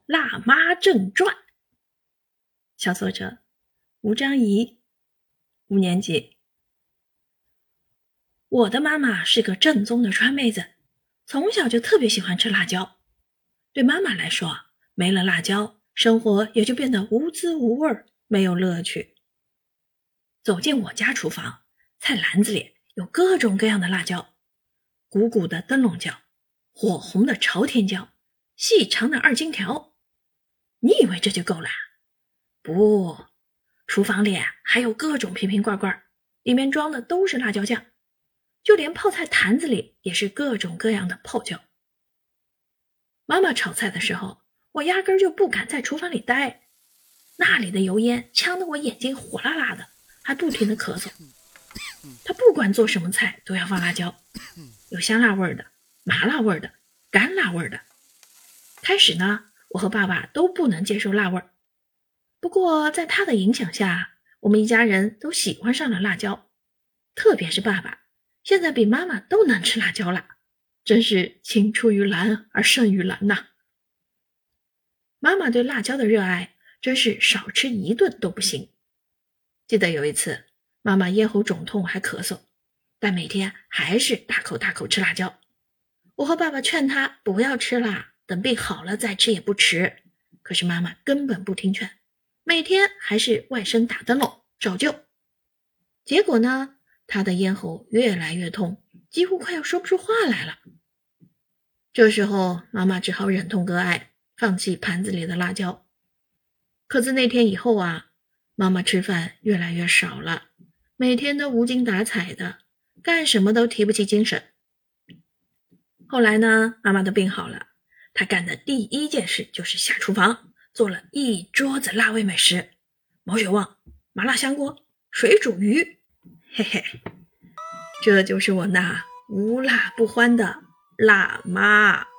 辣妈正传》，小作者吴章仪，5年级。我的妈妈是个正宗的川妹子，从小就特别喜欢吃辣椒。对妈妈来说，没了辣椒，生活也就变得无滋无味，没有乐趣。走进我家厨房，菜篮子里有各种各样的辣椒，鼓鼓的灯笼椒，火红的朝天椒，细长的二荆条。你以为这就够了？不，厨房里还有各种瓶瓶罐罐，里面装的都是辣椒酱，就连泡菜坛子里也是各种各样的泡椒。妈妈炒菜的时候，我压根就不敢在厨房里待，那里的油烟呛得我眼睛火辣辣的，还不停地咳嗽。她不管做什么菜都要放辣椒，有香辣味的、麻辣味的、干辣味的。开始呢，我和爸爸都不能接受辣味，不过在她的影响下，我们一家人都喜欢上了辣椒，特别是爸爸，现在比妈妈都能吃辣椒了，真是青出于蓝而胜于蓝呐。妈妈对辣椒的热爱真是少吃一顿都不行。记得有一次，妈妈咽喉肿痛还咳嗽，但每天还是大口大口吃辣椒。我和爸爸劝她不要吃辣，等病好了再吃也不迟，可是妈妈根本不听劝，每天还是外甥打灯笼照旧。结果呢，她的咽喉越来越痛，几乎快要说不出话来了。这时候妈妈只好忍痛割爱，放弃盘子里的辣椒。可自那天以后啊，妈妈吃饭越来越少了，每天都无精打采的，干什么都提不起精神。后来呢，妈妈的病好了，她干的第一件事就是下厨房，做了一桌子辣味美食，毛血旺、麻辣香锅、水煮鱼，嘿嘿，这就是我那无辣不欢的辣妈。